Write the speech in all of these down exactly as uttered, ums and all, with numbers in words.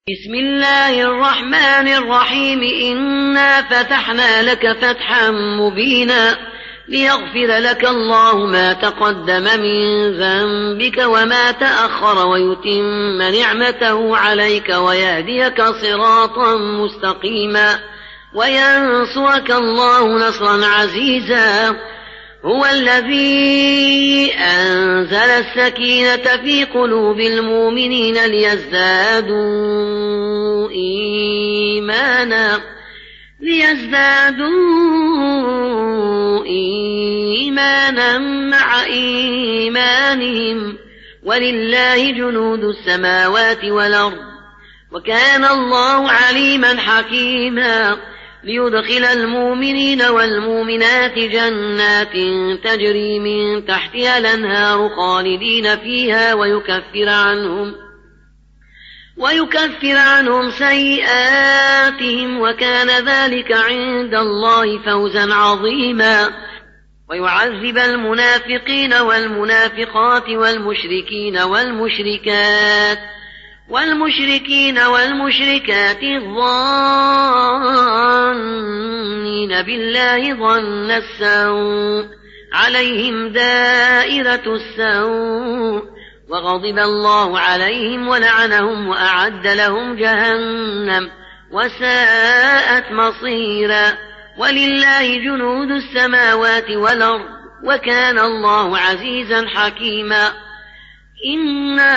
بسم الله الرحمن الرحيم إنا فتحنا لك فتحا مبينا ليغفر لك الله ما تقدم من ذنبك وما تأخر ويتم نعمته عليك ويهديك صراطا مستقيما وينصرك الله نصرا عزيزا. هو الذي أنزل السكينة في قلوب المؤمنين ليزدادوا إيمانا ليزدادوا إيمانا مع إيمانهم ولله جنود السماوات والأرض وكان الله عليما حكيما. ليدخل المؤمنين والمؤمنات جنات تجري من تحتها الأنهار خالدين فيها ويكفر عنهم ويكفر عنهم سيئاتهم وكان ذلك عند الله فوزا عظيما. ويعذب المنافقين والمنافقات والمشركين والمشركات والمشركين والمشركات الظانين بالله ظن السوء عليهم دائرة السوء وغضب الله عليهم ولعنهم وأعد لهم جهنم وساءت مصيرا. ولله جنود السماوات والأرض وكان الله عزيزا حكيما. إنا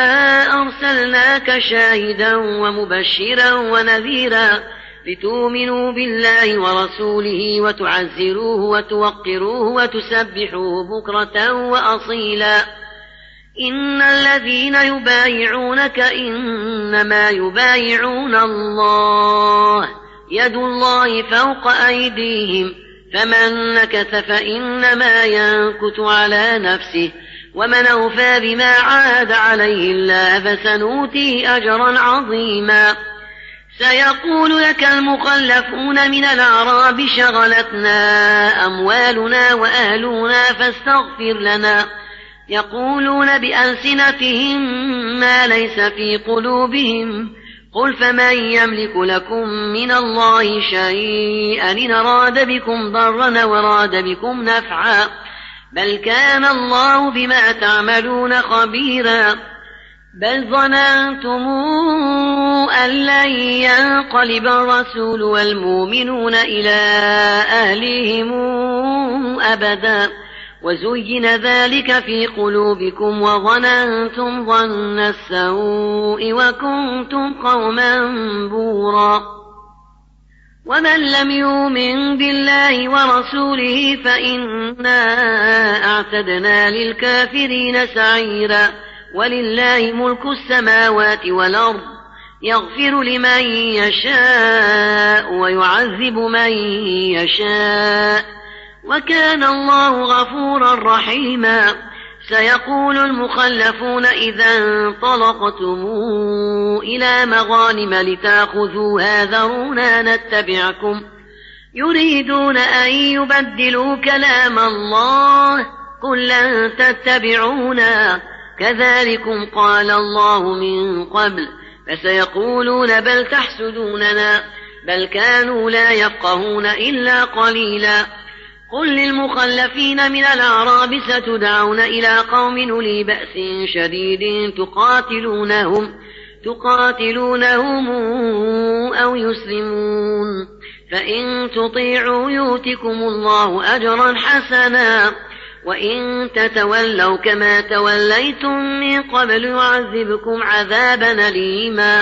أرسلناك شاهدا ومبشرا ونذيرا لتؤمنوا بالله ورسوله وتعزروه وتوقروه وتسبحوه بكرة وأصيلا. إن الذين يبايعونك إنما يبايعون الله يد الله فوق أيديهم فمن نكث فإنما ينكث على نفسه ومن أوفى بما عاهد عليه الله فسنؤتيه أجرا عظيما. سيقول لك المخلفون من الأعراب شغلتنا أموالنا وأهلنا فاستغفر لنا يقولون بألسنتهم ما ليس في قلوبهم قل فمن يملك لكم من الله شيئا إن أراد بكم ضرا وراد بكم نفعا بل كان الله بما تعملون خبيرا. بل ظننتم أن لن ينقلب الرسول والمؤمنون إلى أهلهم أبدا وزين ذلك في قلوبكم وظننتم ظن السوء وكنتم قوما بورا. ومن لم يؤمن بالله ورسوله فإنا أعتدنا للكافرين سعيرا. ولله ملك السماوات والأرض يغفر لمن يشاء ويعذب من يشاء وكان الله غفورا رحيما. سيقول المخلفون إذا انطلقتم إلى مغانم لتأخذوها ذرونا نتبعكم يريدون أن يبدلوا كلام الله قل لن تتبعونا كذلكم قال الله من قبل فسيقولون بل تحسدوننا بل كانوا لا يفقهون إلا قليلا. قل للمخلفين من الأعراب ستدعون إلى قوم أولي بأس شديد تقاتلونهم تقاتلونهم أو يسلمون فإن تطيعوا يؤتكم الله أجرا حسنا وإن تتولوا كما توليتم من قبل يعذبكم عذابا أليما.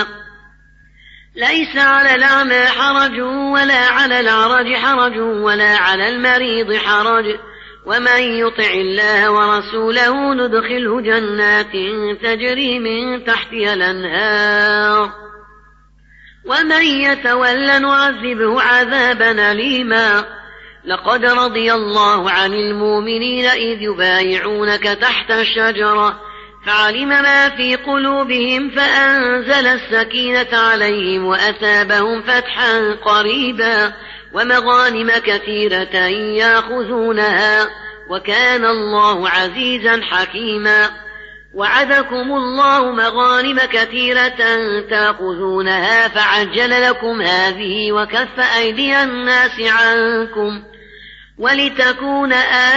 ليس على الأعمى حرج ولا على الأعرج حرج ولا على المريض حرج ومن يطع الله ورسوله ندخله جنات تجري من تحتها الأنهار ومن يتول نعذبه عذابا أليما. لقد رضي الله عن المؤمنين إذ يبايعونك تحت الشجرة فعلم ما في قلوبهم فأنزل السكينة عليهم وأثابهم فتحا قريبا ومغانم كثيرة يأخذونها وكان الله عزيزا حكيما. وعدكم الله مغانم كثيرة تأخذونها فعجل لكم هذه وكف أيدي الناس عنكم ولتكون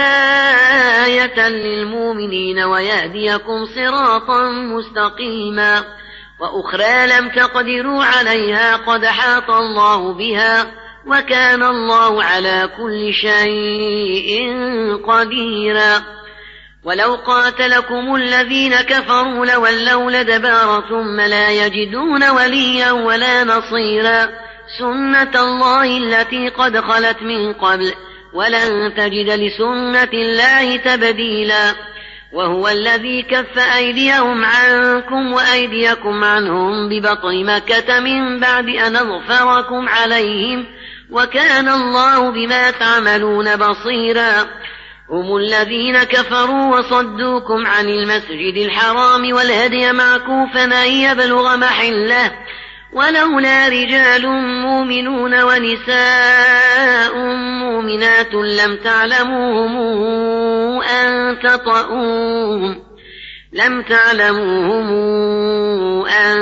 آية للمؤمنين ويهديكم صراطا مستقيما وأخرى لم تقدروا عليها قد حاط الله بها وكان الله على كل شيء قديرا ولو قاتلكم الذين كفروا لولوا الأدبار ثم لا يجدون وليا ولا نصيرا سنة الله التي قد خلت من قبل ولن تجد لسنة الله تبديلا وهو الذي كف أيديهم عنكم وأيديكم عنهم ببطن مكة من بعد أن أظفركم عليهم وكان الله بما تعملون بصيرا هم الذين كفروا وصدوكم عن المسجد الحرام والهدي معكوفا أن يبلغ محله ولولا رجال مؤمنون ونساء مؤمنات لم تعلموهم أن تطؤوهم لم تعلموهم أن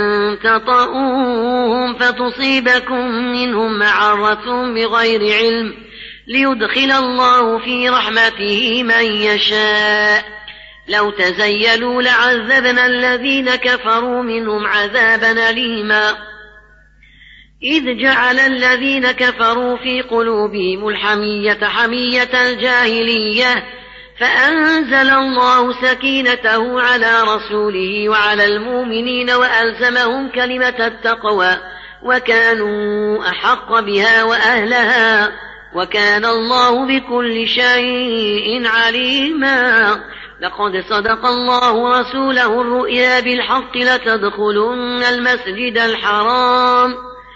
تطؤوهم فتصيبكم منهم معرة بغير علم ليدخل الله في رحمته من يشاء لو تزيلوا لعذبنا الذين كفروا منهم عذابا أليما إذ جعل الذين كفروا في قلوبهم الحمية حمية الجاهلية فأنزل الله سكينته على رسوله وعلى المؤمنين وألزمهم كلمة التقوى وكانوا أحق بها وأهلها وكان الله بكل شيء عليما لقد صدق الله رسوله الرؤيا بالحق لتدخلن المسجد الحرام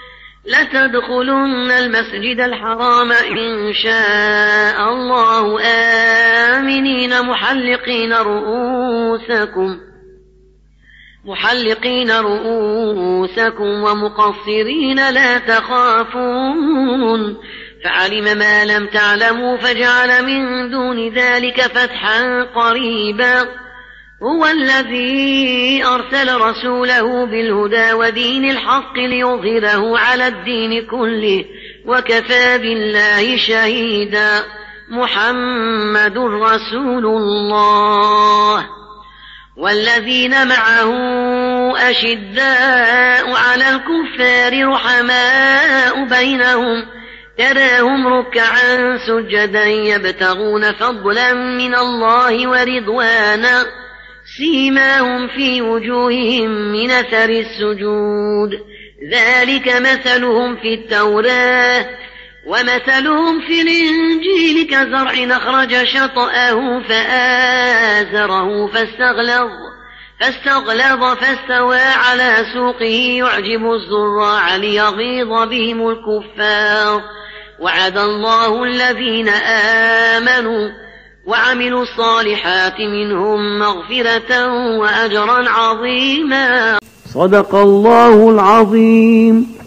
لتدخلن المسجد الحرام إن شاء الله آمنين محلقين رؤوسكم محلقين رؤوسكم ومقصرين لا تخافون فعلم ما لم تعلموا فجعل من دون ذلك فتحا قريبا هو الذي أرسل رسوله بالهدى ودين الحق ليظهره على الدين كله وكفى بالله شهيدا محمد رسول الله والذين معه أشداء على الكفار رحماء بينهم تراهم ركعا سجدا يبتغون فضلا من الله ورضوانا سيماهم في وجوههم من أثر السجود ذلك مثلهم في التوراة ومثلهم في الإنجيل كزرع أخرج شطأه فآزره فاستغلظ فاستغلظ فاستوى على سوقه يعجب الزراع ليغيظ بهم الكفار وعد الله الذين آمنوا وعملوا الصالحات منهم مغفرة وأجرا عظيما. صدق الله العظيم.